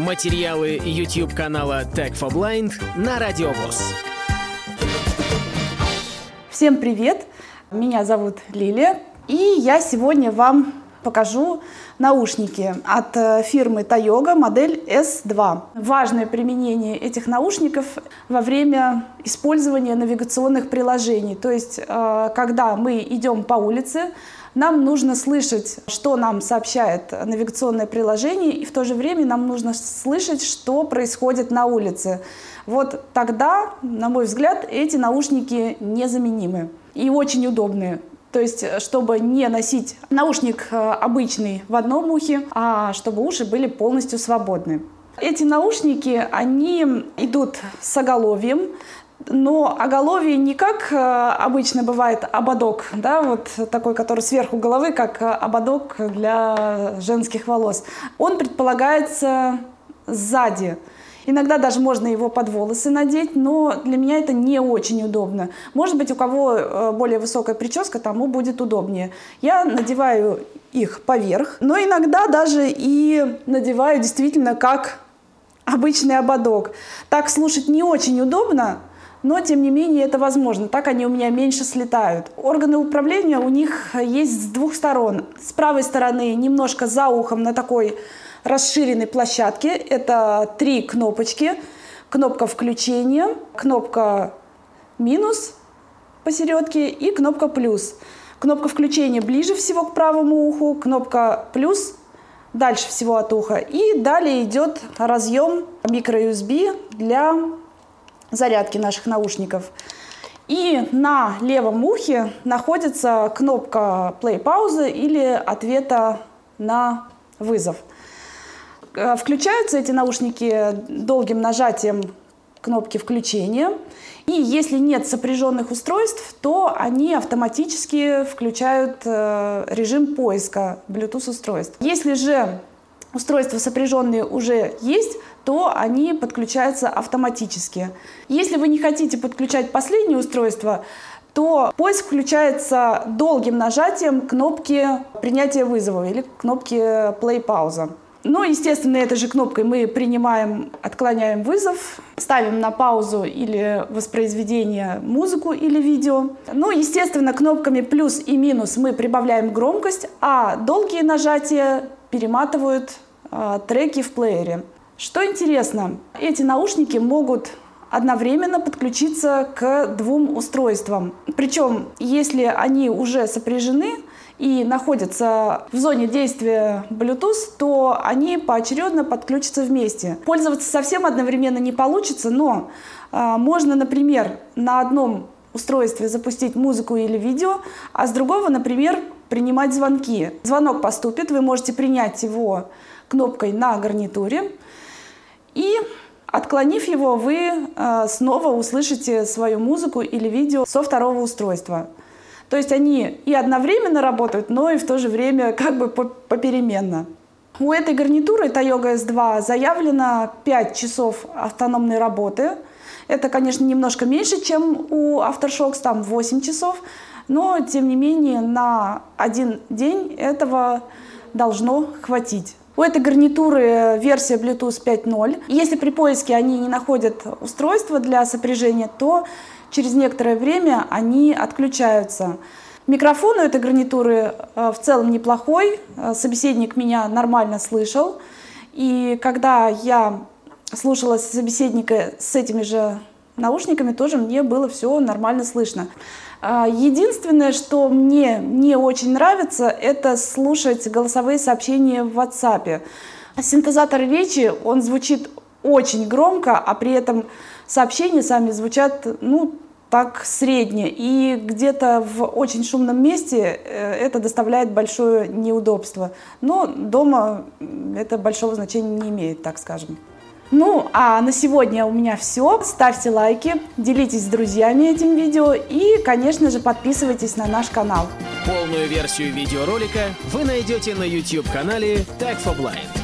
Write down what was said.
Материалы YouTube-канала Tech for Blind на Радио ВОС. Всем привет! Меня зовут Лилия, и я сегодня вам покажу наушники от фирмы Tayyoga, модель S2. Важное применение этих наушников во время использования навигационных приложений. То есть, когда мы идем по улице, нам нужно слышать, что нам сообщает навигационное приложение, и в то же время нам нужно слышать, что происходит на улице. Вот тогда, на мой взгляд, эти наушники незаменимы и очень удобные. То есть, чтобы не носить наушник обычный в одном ухе, а чтобы уши были полностью свободны. Эти наушники, они идут с оголовьем, но оголовье не как обычно бывает ободок, да, вот такой, который сверху головы, как ободок для женских волос. Он предполагается сзади. Иногда даже можно его под волосы надеть, но для меня это не очень удобно. Может быть, у кого более высокая прическа, тому будет удобнее. Я надеваю их поверх, но иногда даже и надеваю действительно как обычный ободок. Так слушать не очень удобно, но, тем не менее, это возможно. Так они у меня меньше слетают. Органы управления у них есть с двух сторон. С правой стороны немножко за ухом на такой расширенной площадке. Это 3 кнопочки. Кнопка включения, кнопка минус посередке и кнопка плюс. Кнопка включения ближе всего к правому уху, кнопка плюс дальше всего от уха. И далее идет разъем micro-USB для зарядки наших наушников. И на левом ухе находится кнопка play-паузы или ответа на вызов. Включаются эти наушники долгим нажатием кнопки включения. И если нет сопряженных устройств, то они автоматически включают режим поиска Bluetooth устройств. Если же устройства сопряженные уже есть, то они подключаются автоматически. Если вы не хотите подключать последнее устройство, то поиск включается долгим нажатием кнопки принятия вызова или кнопки play-пауза. Ну, естественно, этой же кнопкой мы принимаем, отклоняем вызов, ставим на паузу или воспроизведение музыку или видео. Ну, естественно, кнопками плюс и минус мы прибавляем громкость, а долгие нажатия перематывают треки в плеере. Что интересно, эти наушники могут одновременно подключиться к 2 устройствам. Причем, если они уже сопряжены и находятся в зоне действия Bluetooth, то они поочередно подключатся вместе. Пользоваться совсем одновременно не получится, но можно, например, на одном устройстве запустить музыку или видео, а с другого, например, принимать звонки. Звонок поступит, вы можете принять его кнопкой на гарнитуре, и, отклонив его, вы снова услышите свою музыку или видео со второго устройства. То есть они и одновременно работают, но и в то же время как бы попеременно. У этой гарнитуры Tayyoga S2 заявлено 5 часов автономной работы. Это, конечно, немножко меньше, чем у Aftershokz, там 8 часов, но, тем не менее, на один день этого должно хватить. У этой гарнитуры версия Bluetooth 5.0. Если при поиске они не находят устройство для сопряжения, то через некоторое время они отключаются. Микрофон у этой гарнитуры в целом неплохой. Собеседник меня нормально слышал. И когда я слушала собеседника с этими же наушниками, тоже мне было все нормально слышно. Единственное, что мне не очень нравится, это слушать голосовые сообщения в WhatsApp. Синтезатор речи, он звучит очень громко, а при этом сообщения сами звучат, так средне. И где-то в очень шумном месте это доставляет большое неудобство. Но дома это большого значения не имеет, так скажем. Ну, а на сегодня у меня все. Ставьте лайки, делитесь с друзьями этим видео и, конечно же, подписывайтесь на наш канал. Полную версию видеоролика вы найдете на YouTube-канале Tech for Blind.